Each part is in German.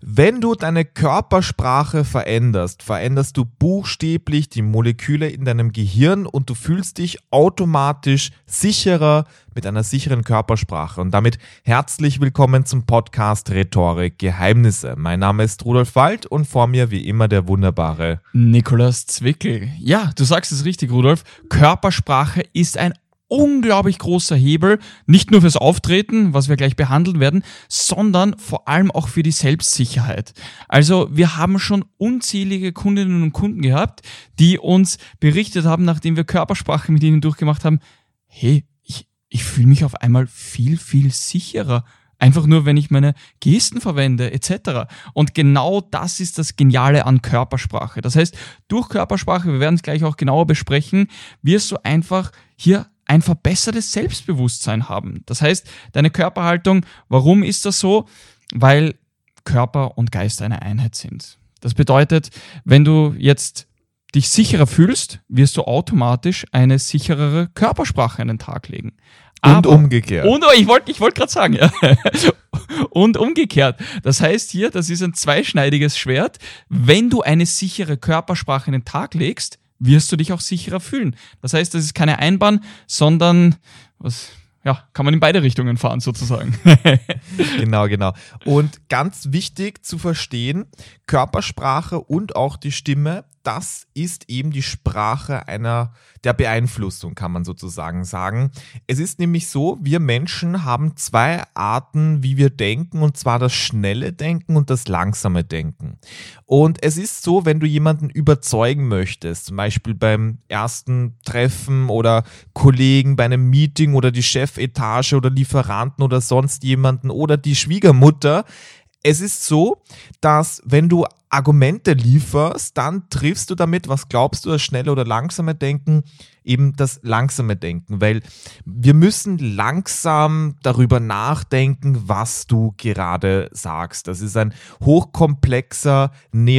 Wenn du deine Körpersprache veränderst, veränderst du buchstäblich die Moleküle in deinem Gehirn und du fühlst dich automatisch sicherer mit einer sicheren Körpersprache. Und damit herzlich willkommen zum Podcast Rhetorik Geheimnisse. Mein Name ist Rudolf Wald und vor mir wie immer der wunderbare Nikolaus Zwickel. Ja, du sagst es richtig, Rudolf. Körpersprache ist ein unglaublich großer Hebel, nicht nur fürs Auftreten, was wir gleich behandeln werden, sondern vor allem auch für die Selbstsicherheit. Also wir haben schon unzählige Kundinnen und Kunden gehabt, die uns berichtet haben, nachdem wir Körpersprache mit ihnen durchgemacht haben, hey, ich fühle mich auf einmal viel, viel sicherer. Einfach nur, wenn ich meine Gesten verwende, etc. Und genau das ist das Geniale an Körpersprache. Das heißt, durch Körpersprache, wir werden es gleich auch genauer besprechen, wirst du einfach hier ein verbessertes Selbstbewusstsein haben. Das heißt, deine Körperhaltung, warum ist das so? Weil Körper und Geist eine Einheit sind. Das bedeutet, wenn du jetzt dich sicherer fühlst, wirst du automatisch eine sicherere Körpersprache an den Tag legen. Und umgekehrt. Und ich wollte gerade sagen, ja. Und umgekehrt. Das heißt hier, das ist ein zweischneidiges Schwert. Wenn du eine sichere Körpersprache an den Tag legst, wirst du dich auch sicherer fühlen. Das heißt, das ist keine Einbahn, sondern kann man in beide Richtungen fahren sozusagen. Genau. Und ganz wichtig zu verstehen, Körpersprache und auch die Stimme, das ist eben die Sprache der Beeinflussung, kann man sozusagen sagen. Es ist nämlich so, wir Menschen haben zwei Arten, wie wir denken, und zwar das schnelle Denken und das langsame Denken. Und es ist so, wenn du jemanden überzeugen möchtest, zum Beispiel beim ersten Treffen oder Kollegen bei einem Meeting oder die Chefetage oder Lieferanten oder sonst jemanden oder die Schwiegermutter. Es ist so, dass wenn du Argumente lieferst, dann triffst du damit, was glaubst du, das schnelle oder langsame Denken, eben das langsame Denken, weil wir müssen langsam darüber nachdenken, was du gerade sagst. Das ist ein hochkomplexer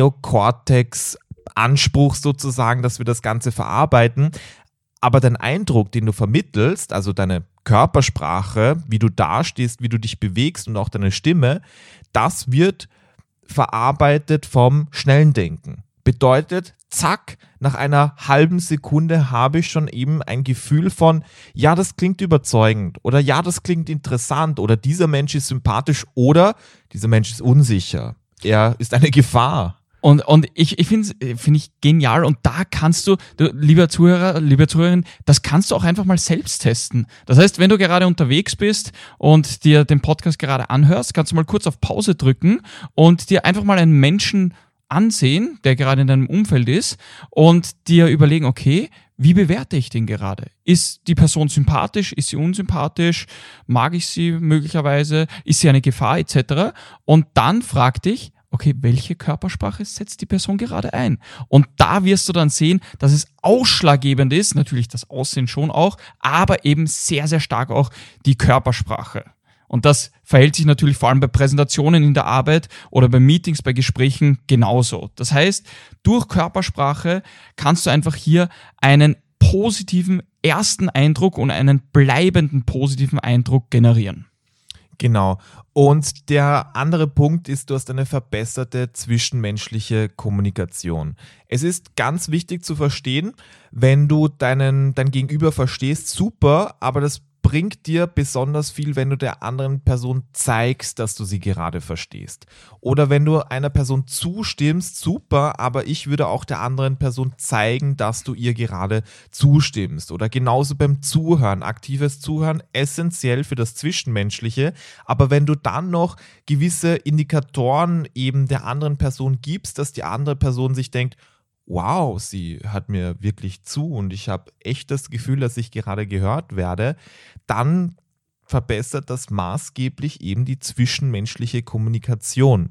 Neokortex-Anspruch sozusagen, dass wir das Ganze verarbeiten. Aber dein Eindruck, den du vermittelst, also deine Körpersprache, wie du dastehst, wie du dich bewegst und auch deine Stimme, das wird verarbeitet vom schnellen Denken. Bedeutet, zack, nach einer halben Sekunde habe ich schon eben ein Gefühl von, ja, das klingt überzeugend oder ja, das klingt interessant oder dieser Mensch ist sympathisch oder dieser Mensch ist unsicher. Er ist eine Gefahr. Und ich finde ich genial, und da kannst du, lieber Zuhörer, liebe Zuhörerin, das kannst du auch einfach mal selbst testen. Das heißt, wenn du gerade unterwegs bist und dir den Podcast gerade anhörst, kannst du mal kurz auf Pause drücken und dir einfach mal einen Menschen ansehen, der gerade in deinem Umfeld ist, und dir überlegen, okay, wie bewerte ich den gerade? Ist die Person sympathisch? Ist sie unsympathisch? Mag ich sie möglicherweise? Ist sie eine Gefahr etc.? Und dann frag dich, okay, welche Körpersprache setzt die Person gerade ein? Und da wirst du dann sehen, dass es ausschlaggebend ist, natürlich das Aussehen schon auch, aber eben sehr, sehr stark auch die Körpersprache. Und das verhält sich natürlich vor allem bei Präsentationen in der Arbeit oder bei Meetings, bei Gesprächen genauso. Das heißt, durch Körpersprache kannst du einfach hier einen positiven ersten Eindruck und einen bleibenden positiven Eindruck generieren. Genau. Und der andere Punkt ist, du hast eine verbesserte zwischenmenschliche Kommunikation. Es ist ganz wichtig zu verstehen, wenn du dein Gegenüber verstehst, super, aber das bringt dir besonders viel, wenn du der anderen Person zeigst, dass du sie gerade verstehst. Oder wenn du einer Person zustimmst, super, aber ich würde auch der anderen Person zeigen, dass du ihr gerade zustimmst. Oder genauso beim Zuhören, aktives Zuhören, essentiell für das Zwischenmenschliche. Aber wenn du dann noch gewisse Indikatoren eben der anderen Person gibst, dass die andere Person sich denkt, wow, sie hört mir wirklich zu und ich habe echt das Gefühl, dass ich gerade gehört werde, dann verbessert das maßgeblich eben die zwischenmenschliche Kommunikation.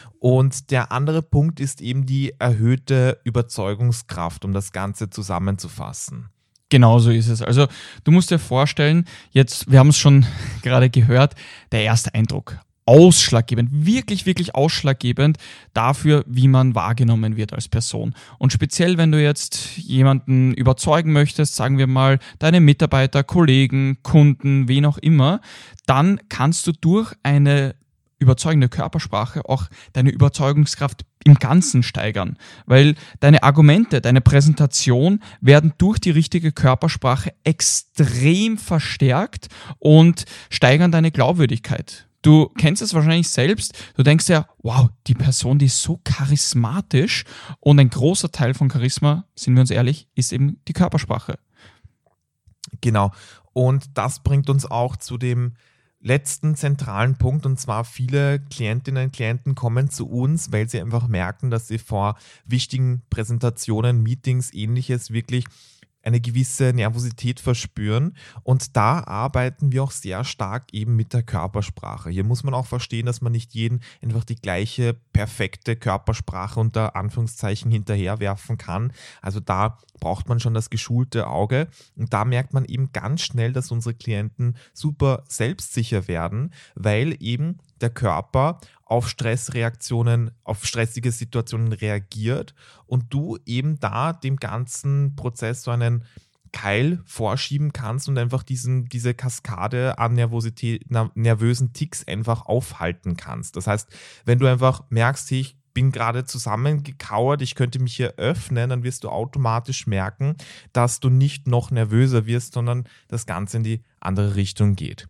Und der andere Punkt ist eben die erhöhte Überzeugungskraft, um das Ganze zusammenzufassen. Genau so ist es. Also du musst dir vorstellen, jetzt, wir haben es schon gerade gehört, der erste Eindruck. Ausschlaggebend, wirklich, wirklich ausschlaggebend dafür, wie man wahrgenommen wird als Person. Und speziell, wenn du jetzt jemanden überzeugen möchtest, sagen wir mal, deine Mitarbeiter, Kollegen, Kunden, wen auch immer, dann kannst du durch eine überzeugende Körpersprache auch deine Überzeugungskraft im Ganzen steigern, weil deine Argumente, deine Präsentation werden durch die richtige Körpersprache extrem verstärkt und steigern deine Glaubwürdigkeit. Du kennst es wahrscheinlich selbst, du denkst ja, wow, die Person, die ist so charismatisch, und ein großer Teil von Charisma, sind wir uns ehrlich, ist eben die Körpersprache. Genau. Und das bringt uns auch zu dem letzten zentralen Punkt, und zwar viele Klientinnen und Klienten kommen zu uns, weil sie einfach merken, dass sie vor wichtigen Präsentationen, Meetings, ähnliches wirklich eine gewisse Nervosität verspüren, und da arbeiten wir auch sehr stark eben mit der Körpersprache. Hier muss man auch verstehen, dass man nicht jeden einfach die gleiche perfekte Körpersprache unter Anführungszeichen hinterherwerfen kann. Also da braucht man schon das geschulte Auge, und da merkt man eben ganz schnell, dass unsere Klienten super selbstsicher werden, weil eben der Körper auf Stressreaktionen, auf stressige Situationen reagiert und du eben da dem ganzen Prozess so einen Keil vorschieben kannst und einfach diese Kaskade an nervösen Ticks einfach aufhalten kannst. Das heißt, wenn du einfach merkst, ich bin gerade zusammengekauert, ich könnte mich hier öffnen, dann wirst du automatisch merken, dass du nicht noch nervöser wirst, sondern das Ganze in die andere Richtung geht.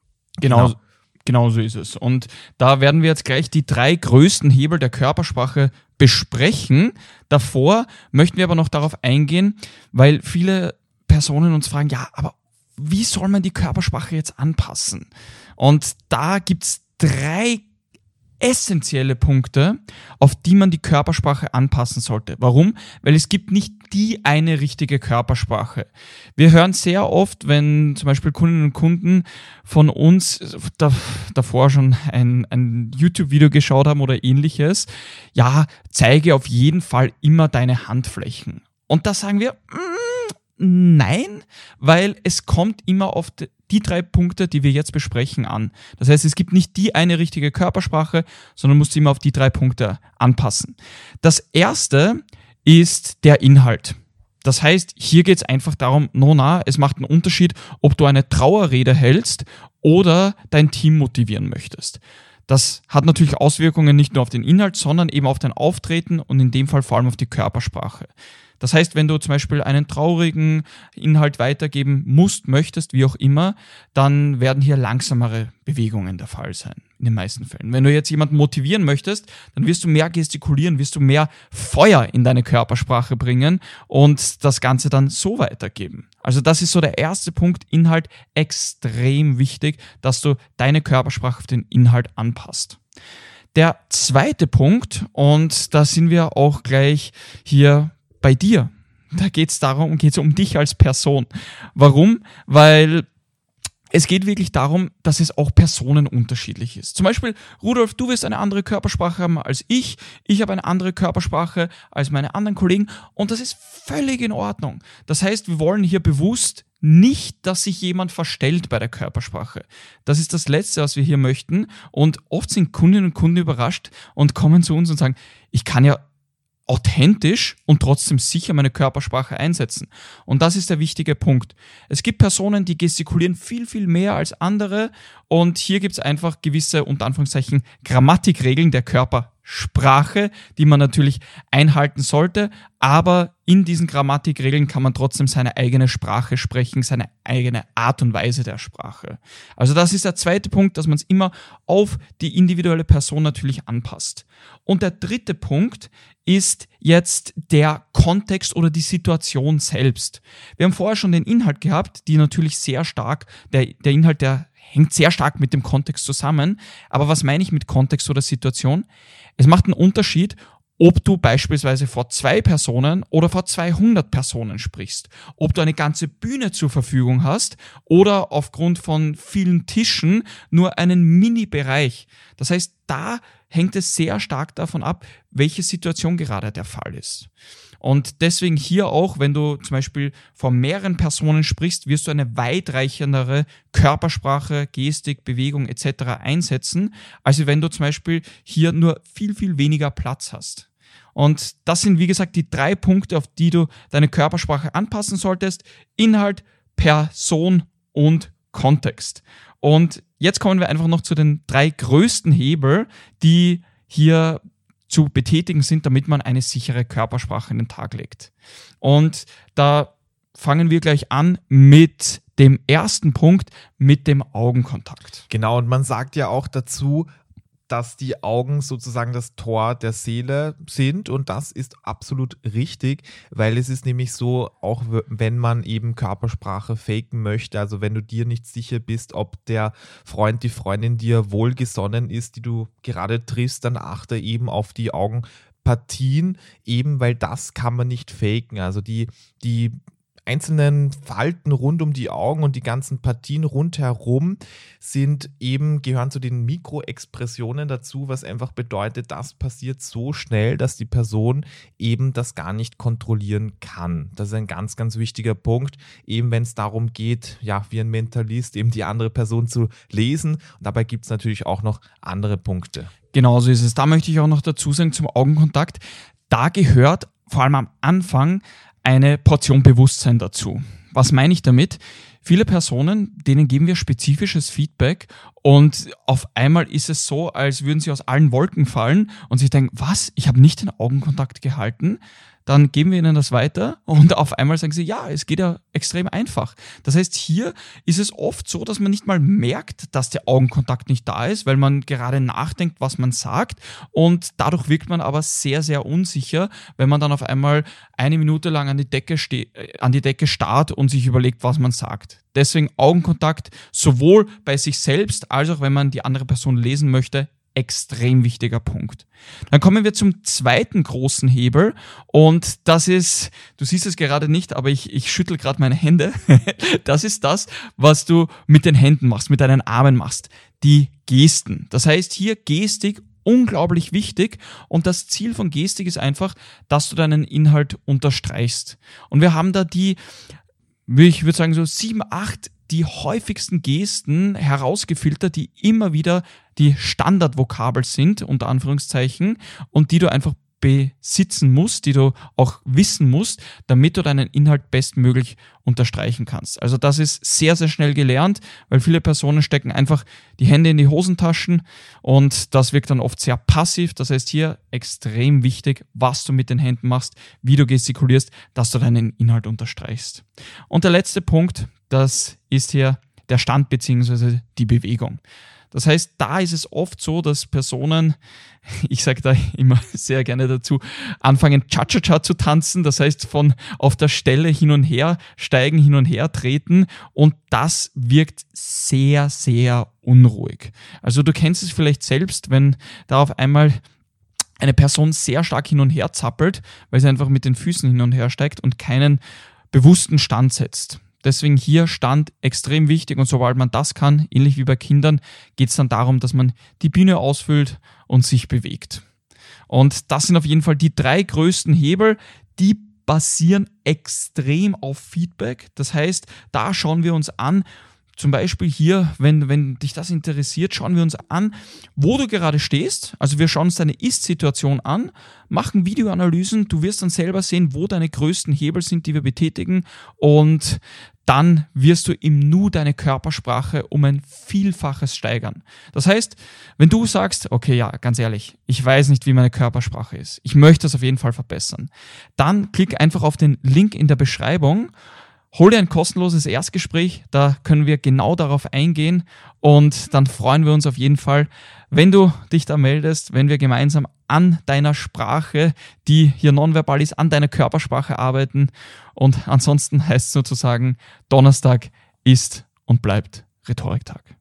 Genau so ist es. Und da werden wir jetzt gleich die 3 größten Hebel der Körpersprache besprechen. Davor möchten wir aber noch darauf eingehen, weil viele Personen uns fragen, ja, aber wie soll man die Körpersprache jetzt anpassen? Und da gibt es 3 essentielle Punkte, auf die man die Körpersprache anpassen sollte. Warum? Weil es gibt nicht die eine richtige Körpersprache. Wir hören sehr oft, wenn zum Beispiel Kundinnen und Kunden von uns davor schon ein YouTube-Video geschaut haben oder ähnliches, ja, zeige auf jeden Fall immer deine Handflächen. Und da sagen wir, nein, weil es kommt immer auf die 3 Punkte, die wir jetzt besprechen, an. Das heißt, es gibt nicht die eine richtige Körpersprache, sondern musst du immer auf die 3 Punkte anpassen. Das erste ist der Inhalt. Das heißt, hier geht es einfach darum, es macht einen Unterschied, ob du eine Trauerrede hältst oder dein Team motivieren möchtest. Das hat natürlich Auswirkungen nicht nur auf den Inhalt, sondern eben auf dein Auftreten und in dem Fall vor allem auf die Körpersprache. Das heißt, wenn du zum Beispiel einen traurigen Inhalt weitergeben möchtest, wie auch immer, dann werden hier langsamere Bewegungen der Fall sein, in den meisten Fällen. Wenn du jetzt jemanden motivieren möchtest, dann wirst du mehr gestikulieren, wirst du mehr Feuer in deine Körpersprache bringen und das Ganze dann so weitergeben. Also das ist so der erste Punkt, Inhalt, extrem wichtig, dass du deine Körpersprache auf den Inhalt anpasst. Der zweite Punkt, und da sind wir auch gleich hier bei dir. Da geht es um dich als Person. Warum? Weil es geht wirklich darum, dass es auch personenunterschiedlich ist. Zum Beispiel, Rudolf, du wirst eine andere Körpersprache haben als ich. Ich habe eine andere Körpersprache als meine anderen Kollegen. Und das ist völlig in Ordnung. Das heißt, wir wollen hier bewusst nicht, dass sich jemand verstellt bei der Körpersprache. Das ist das Letzte, was wir hier möchten. Und oft sind Kundinnen und Kunden überrascht und kommen zu uns und sagen, ich kann ja authentisch und trotzdem sicher meine Körpersprache einsetzen. Und das ist der wichtige Punkt. Es gibt Personen, die gestikulieren viel, viel mehr als andere, und hier gibt es einfach gewisse, unter Anführungszeichen, Grammatikregeln der Körpersprache, die man natürlich einhalten sollte, aber in diesen Grammatikregeln kann man trotzdem seine eigene Sprache sprechen, seine eigene Art und Weise der Sprache. Also das ist der zweite Punkt, dass man es immer auf die individuelle Person natürlich anpasst. Und der dritte Punkt ist jetzt der Kontext oder die Situation selbst. Wir haben vorher schon den Inhalt gehabt, die natürlich sehr stark, der Inhalt, der hängt sehr stark mit dem Kontext zusammen. Aber was meine ich mit Kontext oder Situation? Es macht einen Unterschied, ob du beispielsweise vor 2 Personen oder vor 200 Personen sprichst, ob du eine ganze Bühne zur Verfügung hast oder aufgrund von vielen Tischen nur einen Mini-Bereich. Das heißt, da hängt es sehr stark davon ab, welche Situation gerade der Fall ist. Und deswegen hier auch, wenn du zum Beispiel vor mehreren Personen sprichst, wirst du eine weitreichendere Körpersprache, Gestik, Bewegung etc. einsetzen, als wenn du zum Beispiel hier nur viel, viel weniger Platz hast. Und das sind, wie gesagt, die 3 Punkte, auf die du deine Körpersprache anpassen solltest. Inhalt, Person und Kontext. Und jetzt kommen wir einfach noch zu den 3 größten Hebel, die hier zu betätigen sind, damit man eine sichere Körpersprache in den Tag legt. Und da fangen wir gleich an mit dem ersten Punkt, mit dem Augenkontakt. Genau, und man sagt ja auch dazu, dass die Augen sozusagen das Tor der Seele sind, und das ist absolut richtig, weil es ist nämlich so, auch wenn man eben Körpersprache faken möchte, also wenn du dir nicht sicher bist, ob der Freund, die Freundin dir wohlgesonnen ist, die du gerade triffst, dann achte eben auf die Augenpartien, eben weil das kann man nicht faken, also die einzelnen Falten rund um die Augen und die ganzen Partien rundherum gehören zu den Mikroexpressionen dazu, was einfach bedeutet, das passiert so schnell, dass die Person eben das gar nicht kontrollieren kann. Das ist ein ganz, ganz wichtiger Punkt, eben wenn es darum geht, ja, wie ein Mentalist eben die andere Person zu lesen. Und dabei gibt es natürlich auch noch andere Punkte. Genauso ist es. Da möchte ich auch noch dazu sagen zum Augenkontakt, da gehört vor allem am Anfang eine Portion Bewusstsein dazu. Was meine ich damit? Viele Personen, denen geben wir spezifisches Feedback und auf einmal ist es so, als würden sie aus allen Wolken fallen und sich denken, was, ich habe nicht den Augenkontakt gehalten? Dann geben wir ihnen das weiter und auf einmal sagen sie, ja, es geht ja extrem einfach. Das heißt, hier ist es oft so, dass man nicht mal merkt, dass der Augenkontakt nicht da ist, weil man gerade nachdenkt, was man sagt, und dadurch wirkt man aber sehr, sehr unsicher, wenn man dann auf einmal 1 Minute lang an die Decke starrt und sich überlegt, was man sagt. Deswegen Augenkontakt sowohl bei sich selbst als auch wenn man die andere Person lesen möchte, extrem wichtiger Punkt. Dann kommen wir zum zweiten großen Hebel und das ist, du siehst es gerade nicht, aber ich schüttel gerade meine Hände. Das ist das, was du mit den Händen machst, mit deinen Armen machst. Die Gesten. Das heißt hier Gestik unglaublich wichtig und das Ziel von Gestik ist einfach, dass du deinen Inhalt unterstreichst. Und wir haben da ich würde sagen so 7, 8 die häufigsten Gesten herausgefiltert, die immer wieder die Standardvokabel sind, unter Anführungszeichen, und die du einfach besitzen musst, die du auch wissen musst, damit du deinen Inhalt bestmöglich unterstreichen kannst. Also das ist sehr, sehr schnell gelernt, weil viele Personen stecken einfach die Hände in die Hosentaschen und das wirkt dann oft sehr passiv. Das heißt hier extrem wichtig, was du mit den Händen machst, wie du gestikulierst, dass du deinen Inhalt unterstreichst. Und der letzte Punkt, das ist hier der Stand bzw. die Bewegung. Das heißt, da ist es oft so, dass Personen, ich sage da immer sehr gerne dazu, anfangen Cha-Cha-Cha zu tanzen. Das heißt, von auf der Stelle hin und her steigen, hin und her treten, und das wirkt sehr, sehr unruhig. Also du kennst es vielleicht selbst, wenn da auf einmal eine Person sehr stark hin und her zappelt, weil sie einfach mit den Füßen hin und her steigt und keinen bewussten Stand setzt. Deswegen hier Stand extrem wichtig, und sobald man das kann, ähnlich wie bei Kindern, geht es dann darum, dass man die Bühne ausfüllt und sich bewegt. Und das sind auf jeden Fall die 3 größten Hebel, die basieren extrem auf Feedback. Das heißt, da schauen wir uns an, zum Beispiel hier, wenn dich das interessiert, schauen wir uns an, wo du gerade stehst. Also wir schauen uns deine Ist-Situation an, machen Videoanalysen. Du wirst dann selber sehen, wo deine größten Hebel sind, die wir betätigen. Und dann wirst du im Nu deine Körpersprache um ein Vielfaches steigern. Das heißt, wenn du sagst, okay, ja, ganz ehrlich, ich weiß nicht, wie meine Körpersprache ist, ich möchte das auf jeden Fall verbessern, dann klick einfach auf den Link in der Beschreibung. Hol dir ein kostenloses Erstgespräch, da können wir genau darauf eingehen, und dann freuen wir uns auf jeden Fall, wenn du dich da meldest, wenn wir gemeinsam an deiner Sprache, die hier nonverbal ist, an deiner Körpersprache arbeiten. Und ansonsten heißt es sozusagen, Donnerstag ist und bleibt Rhetoriktag.